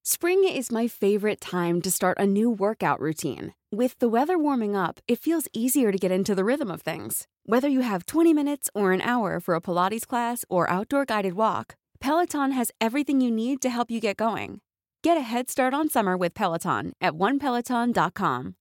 Spring is my favorite time to start a new workout routine. With the weather warming up, it feels easier to get into the rhythm of things. Whether you have 20 minutes or an hour for a Pilates class or outdoor guided walk, Peloton has everything you need to help you get going. Get a head start on summer with Peloton at onepeloton.com.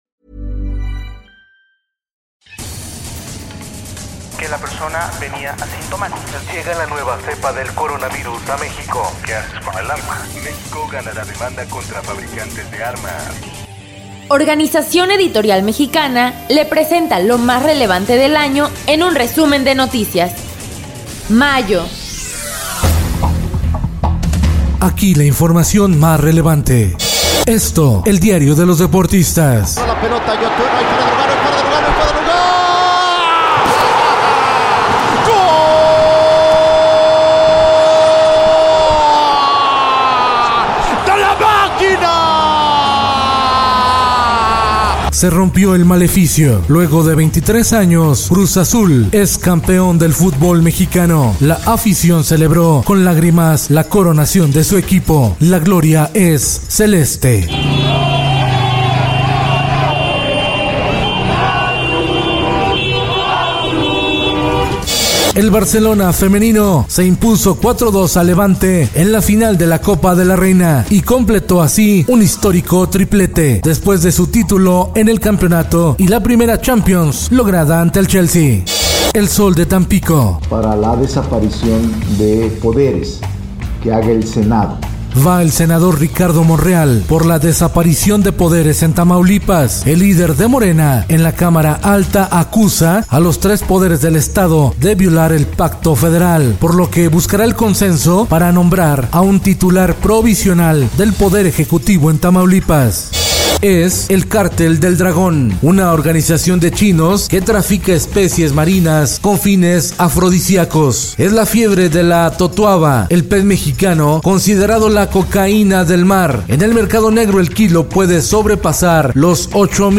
Que la persona venía asintomática. Llega la nueva cepa del coronavirus a México. ¿Qué haces con el arma? México gana la demanda contra fabricantes de armas. Organización Editorial Mexicana le presenta lo más relevante del año en un resumen de noticias. Mayo. Aquí la información más relevante. Esto, el diario de los deportistas. La pelota, yo turno, hay para Lugano. Se rompió el maleficio. Luego de 23 años, Cruz Azul es campeón del fútbol mexicano. La afición celebró con lágrimas la coronación de su equipo. La gloria es celeste. El Barcelona femenino se impuso 4-2 a Levante en la final de la Copa de la Reina y completó así un histórico triplete después de su título en el campeonato y la primera Champions lograda ante el Chelsea. El Sol de Tampico. Para la desaparición de poderes que haga el Senado. Va el senador Ricardo Monreal por la desaparición de poderes en Tamaulipas. El líder de Morena en la Cámara Alta acusa a los 3 poderes del Estado de violar el pacto federal, por lo que buscará el consenso para nombrar a un titular provisional del Poder Ejecutivo en Tamaulipas. Es el Cártel del Dragón, una organización de chinos que trafica especies marinas con fines afrodisíacos. Es la fiebre de la totuaba, el pez mexicano, considerado la cocaína del mar. En el mercado negro el kilo puede sobrepasar los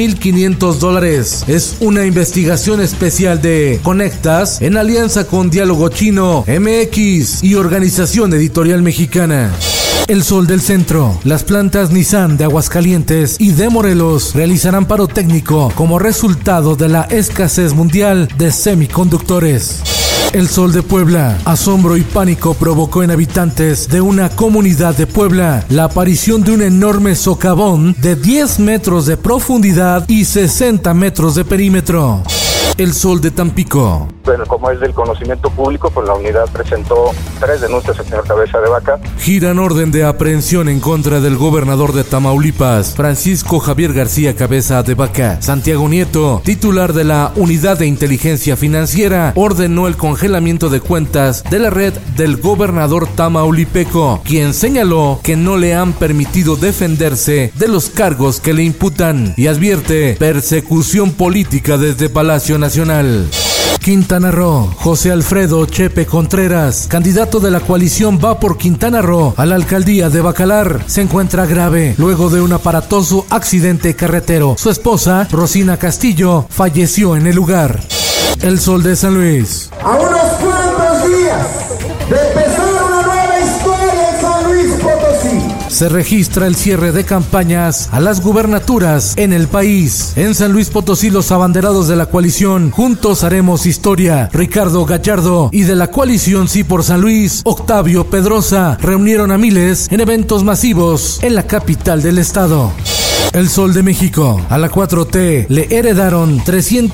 $8,500. Es una investigación especial de Conectas en alianza con Diálogo Chino, MX y Organización Editorial Mexicana. El Sol del Centro. Las plantas Nissan de Aguascalientes y de Morelos realizarán paro técnico como resultado de la escasez mundial de semiconductores. El Sol de Puebla. Asombro y pánico provocó en habitantes de una comunidad de Puebla la aparición de un enorme socavón de 10 metros de profundidad y 60 metros de perímetro. El Sol de Tampico. Bueno, como es del conocimiento público, pues la unidad presentó 3 denuncias al señor Cabeza de Vaca. Giran orden de aprehensión en contra del gobernador de Tamaulipas, Francisco Javier García Cabeza de Vaca. Santiago Nieto, titular de la Unidad de Inteligencia Financiera, ordenó el congelamiento de cuentas de la red del gobernador tamaulipeco, quien señaló que no le han permitido defenderse de los cargos que le imputan y advierte persecución política desde Palacio Nacional. Quintana Roo. José Alfredo Chepe Contreras, candidato de la coalición Va por Quintana Roo a la alcaldía de Bacalar, se encuentra grave luego de un aparatoso accidente carretero. Su esposa, Rosina Castillo, falleció en el lugar. El Sol de San Luis. A unos cuantos días de empezar una nueva historia en San Luis Potosí. Se registra el cierre de campañas a las gubernaturas en el país. En San Luis Potosí, los abanderados de la coalición Juntos Haremos Historia, Ricardo Gallardo, y de la coalición Sí por San Luis, Octavio Pedrosa, reunieron a miles en eventos masivos en la capital del estado. El Sol de México. A la 4T le heredaron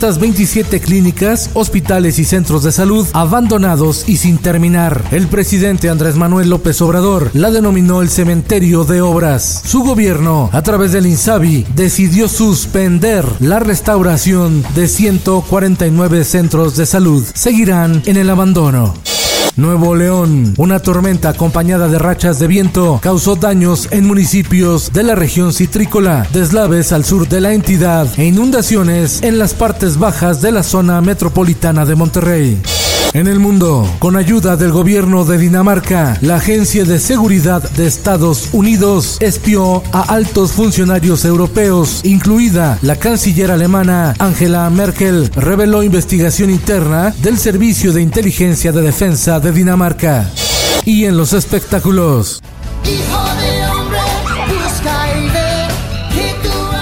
327 clínicas, hospitales y centros de salud abandonados y sin terminar. El presidente Andrés Manuel López Obrador la denominó el cementerio de obras. Su gobierno, a través del INSABI, decidió suspender la restauración de 149 centros de salud. Seguirán en el abandono. Nuevo León. Una tormenta acompañada de rachas de viento causó daños en municipios de la región citrícola, deslaves al sur de la entidad e inundaciones en las partes bajas de la zona metropolitana de Monterrey. En el mundo, con ayuda del gobierno de Dinamarca, la Agencia de Seguridad de Estados Unidos espió a altos funcionarios europeos, incluida la canciller alemana Angela Merkel, reveló investigación interna del Servicio de Inteligencia de Defensa de Dinamarca. Y en los espectáculos.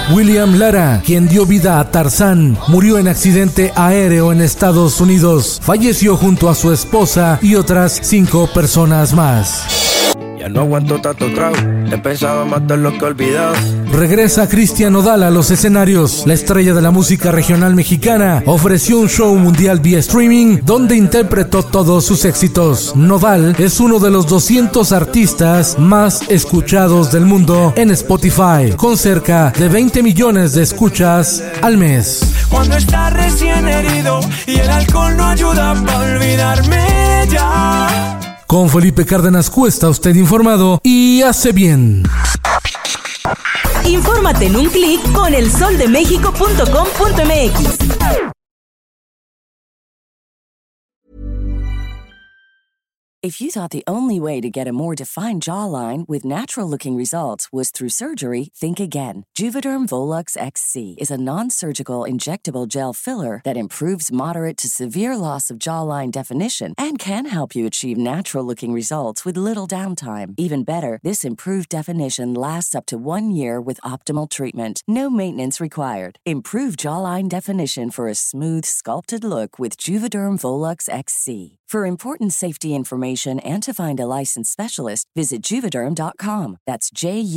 William Lara, quien dio vida a Tarzán, murió en accidente aéreo en Estados Unidos. Falleció junto a su esposa y otras 5 personas más. Ya no aguanto tanto trago, he pensado matar lo que he olvidado. Regresa Cristian Nodal a los escenarios. La estrella de la música regional mexicana ofreció un show mundial vía streaming donde interpretó todos sus éxitos. Nodal es uno de los 200 artistas más escuchados del mundo en Spotify, con cerca de 20 millones de escuchas al mes. Cuando estás recién herido y el alcohol no ayuda para olvidarme ya. Con Felipe Cárdenas Cuesta, usted informado y hace bien. Infórmate en un clic con elsoldemexico.com.mx. If you thought the only way to get a more defined jawline with natural-looking results was through surgery, think again. Juvederm Volux XC is a non-surgical injectable gel filler that improves moderate to severe loss of jawline definition and can help you achieve natural-looking results with little downtime. Even better, this improved definition lasts up to 1 year with optimal treatment. No maintenance required. Improve jawline definition for a smooth, sculpted look with Juvederm Volux XC. For important safety information and to find a licensed specialist, visit Juvederm.com. That's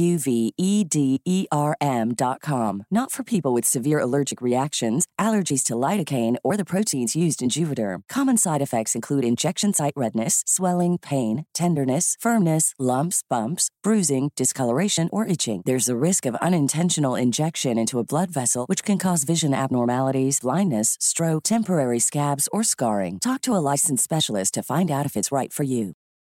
JUVEDERM.com. Not for people with severe allergic reactions, allergies to lidocaine, or the proteins used in Juvederm. Common side effects include injection site redness, swelling, pain, tenderness, firmness, lumps, bumps, bruising, discoloration, or itching. There's a risk of unintentional injection into a blood vessel, which can cause vision abnormalities, blindness, stroke, temporary scabs, or scarring. Talk to a licensed specialist to find out if it's right for you.